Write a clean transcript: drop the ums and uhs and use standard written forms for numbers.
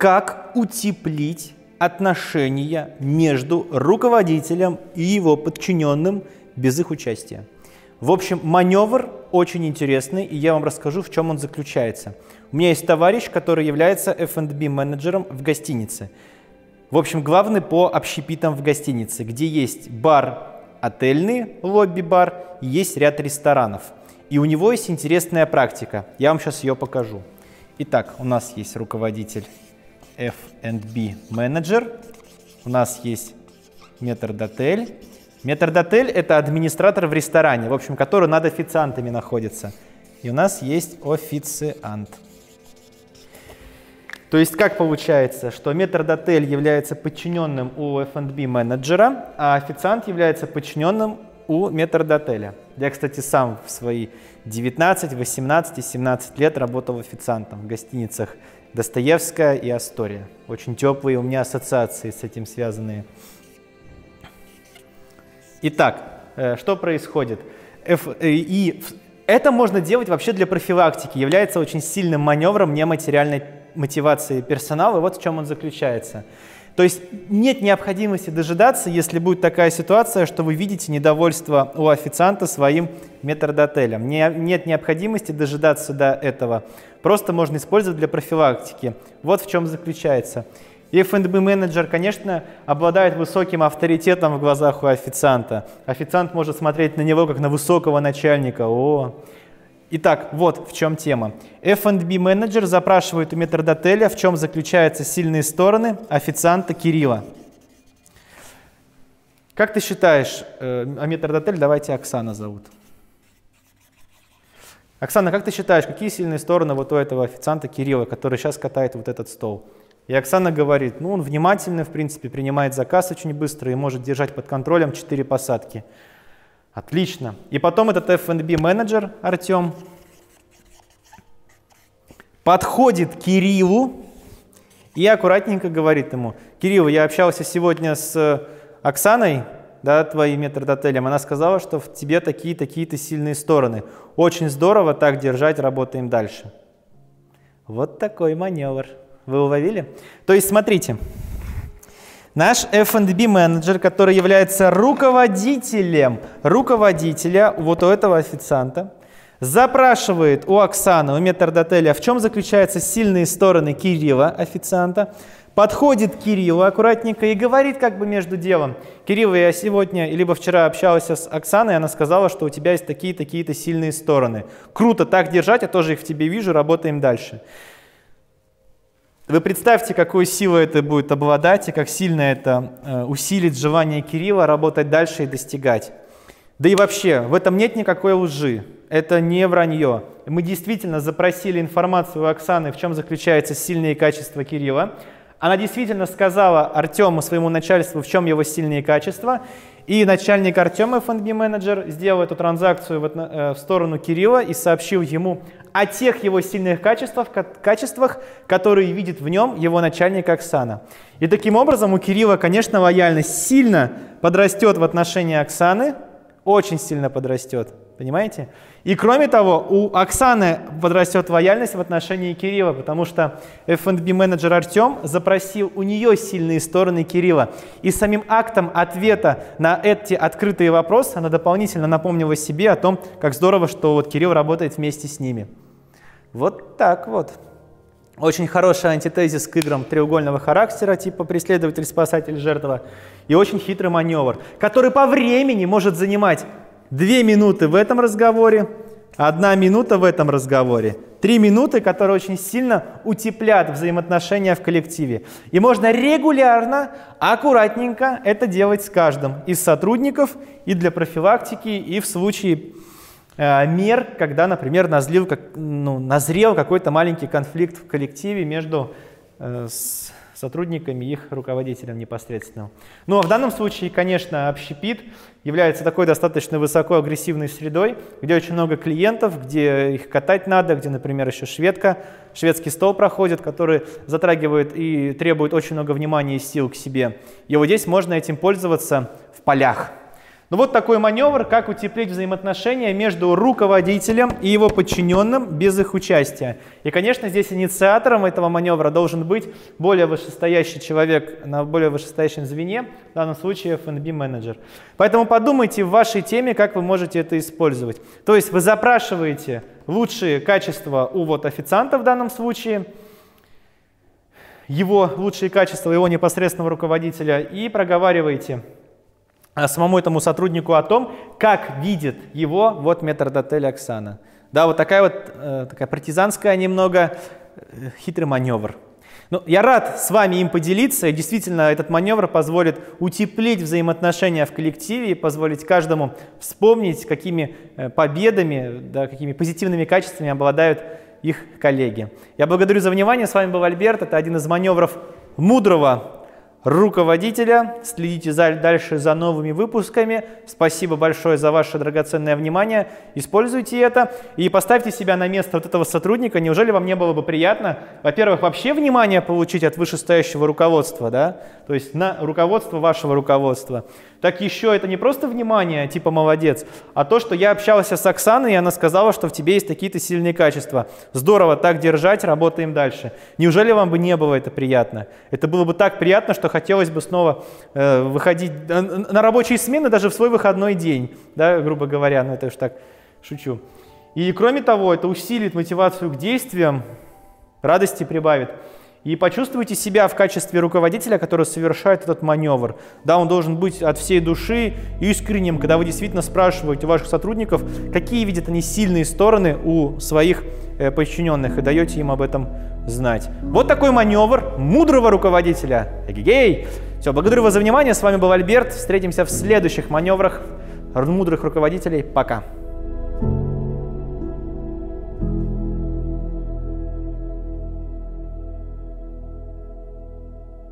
как утеплить отношения между руководителем и его подчиненным без их участия. В общем, маневр очень интересный, и я вам расскажу, в чем он заключается. У меня есть товарищ, который является F&B менеджером в гостинице. В общем, главный по общепитам в гостинице, где есть бар отельный, лобби-бар, и есть ряд ресторанов. И у него есть интересная практика. Я вам сейчас ее покажу. Итак, у нас есть руководитель F&B менеджер, у нас есть метрдотель. Метрдотель – это администратор в ресторане, в общем, который над официантами находится. И у нас есть официант. То есть как получается, что метрдотель является подчиненным у F&B менеджера, а официант является подчиненным у метрдотеля. Я, кстати, сам в свои 19, 18 и 17 лет работал официантом в гостиницах Достоевская и Астория. Очень теплые у меня ассоциации с этим связанные. Итак, что происходит? И это можно делать вообще для профилактики, является очень сильным маневром нематериальной мотивации персонала. И вот в чем он заключается. То есть нет необходимости дожидаться, если будет такая ситуация, что вы видите недовольство у официанта своим метрдотелем. Нет необходимости дожидаться до этого. Просто можно использовать для профилактики. Вот в чем заключается. F&B менеджер, конечно, обладает высоким авторитетом в глазах у официанта. Официант может смотреть на него как на высокого начальника. Итак, вот в чем тема. F&B менеджер запрашивает у метрдотеля, в чем заключаются сильные стороны официанта Кирилла. Как ты считаешь, а метрдотель давайте Оксана зовут. Оксана, как ты считаешь, какие сильные стороны вот у этого официанта Кирилла, который сейчас катает вот этот стол? И Оксана говорит, ну он внимательный, в принципе, принимает заказ очень быстро и может держать под контролем 4 посадки. Отлично. И потом этот F&B менеджер Артем подходит к Кириллу и аккуратненько говорит ему: Кирилл, я общался сегодня с Оксаной, да, твоим метрдотелем, она сказала, что в тебе такие-то сильные стороны. Очень здорово, так держать, работаем дальше. Вот такой маневр. Вы уловили? То есть, смотрите, наш F&B менеджер, который является руководителя вот у этого официанта, запрашивает у Оксаны, у метрдотеля, в чем заключаются сильные стороны Кирилла, официанта, подходит к Кириллу аккуратненько и говорит как бы между делом: Кирилл, я сегодня либо вчера общался с Оксаной, она сказала, что у тебя есть такие-то сильные стороны. Круто, так держать, я тоже их в тебе вижу, работаем дальше. Вы представьте, какую силу это будет обладать и как сильно это усилит желание Кирилла работать дальше и достигать. Да и вообще, в этом нет никакой лжи, это не вранье. Мы действительно запросили информацию у Оксаны, в чем заключаются сильные качества Кирилла. Она действительно сказала Артему, своему начальству, в чем его сильные качества. И начальник Артема, F&B менеджер, сделал эту транзакцию в сторону Кирилла и сообщил ему о тех его сильных качествах, которые видит в нем его начальник Оксана. И таким образом у Кирилла, конечно, лояльность сильно подрастет в отношении Оксаны, очень сильно подрастет, понимаете? И кроме того, у Оксаны подрастет лояльность в отношении Кирилла, потому что F&B менеджер Артем запросил у нее сильные стороны Кирилла. И самим актом ответа на эти открытые вопросы она дополнительно напомнила себе о том, как здорово, что вот Кирилл работает вместе с ними. Вот так вот. Очень хороший антитезис к играм треугольного характера, типа преследователь, спасатель, жертва. И очень хитрый маневр, который по времени может занимать 2 минуты в этом разговоре, 1 минута в этом разговоре, 3 минуты, которые очень сильно утеплят взаимоотношения в коллективе. И можно регулярно, аккуратненько это делать с каждым из сотрудников и для профилактики, и в случае мер, когда, например, назрел какой-то маленький конфликт в коллективе между сотрудниками и их руководителем непосредственно. Ну а в данном случае, конечно, общепит является такой достаточно высокоагрессивной средой, где очень много клиентов, где их катать надо, где, например, еще шведский стол проходит, который затрагивает и требует очень много внимания и сил к себе. И вот здесь можно этим пользоваться в полях. Ну вот такой маневр, как утеплить взаимоотношения между руководителем и его подчиненным без их участия. И, конечно, здесь инициатором этого маневра должен быть более вышестоящий человек на более вышестоящем звене, в данном случае F&B менеджер. Поэтому подумайте в вашей теме, как вы можете это использовать. То есть вы запрашиваете лучшие качества у официанта в данном случае, его лучшие качества его непосредственного руководителя и проговариваете самому этому сотруднику о том, как видит его метрдотель Оксана. Да, вот такая партизанская немного хитрый маневр. Но я рад с вами им поделиться, и действительно этот маневр позволит утеплить взаимоотношения в коллективе и позволить каждому вспомнить, какими победами, да, какими позитивными качествами обладают их коллеги. Я благодарю за внимание, с вами был Альберт, это один из маневров мудрого руководителя. Следите дальше за новыми выпусками. Спасибо большое за ваше драгоценное внимание. Используйте это и поставьте себя на место этого сотрудника. Неужели вам не было бы приятно, во-первых, вообще внимание получить от вышестоящего руководства, да? То есть на руководство вашего руководства. Так еще это не просто внимание, типа молодец, а то, что я общался с Оксаной, и она сказала, что в тебе есть такие-то сильные качества. Здорово, так держать, работаем дальше. Неужели вам бы не было это приятно? Это было бы так приятно, что хотелось бы снова выходить на рабочие смены даже в свой выходной день, да, грубо говоря, это уж так шучу. И кроме того, это усилит мотивацию к действиям, радости прибавит. И почувствуйте себя в качестве руководителя, который совершает этот маневр. Да, он должен быть от всей души искренним, когда вы действительно спрашиваете у ваших сотрудников, какие видят они сильные стороны у своих подчиненных, и даете им об этом знать. Вот такой маневр мудрого руководителя. Эгегей! Все, благодарю вас за внимание. С вами был Альберт. Встретимся в следующих маневрах мудрых руководителей. Пока!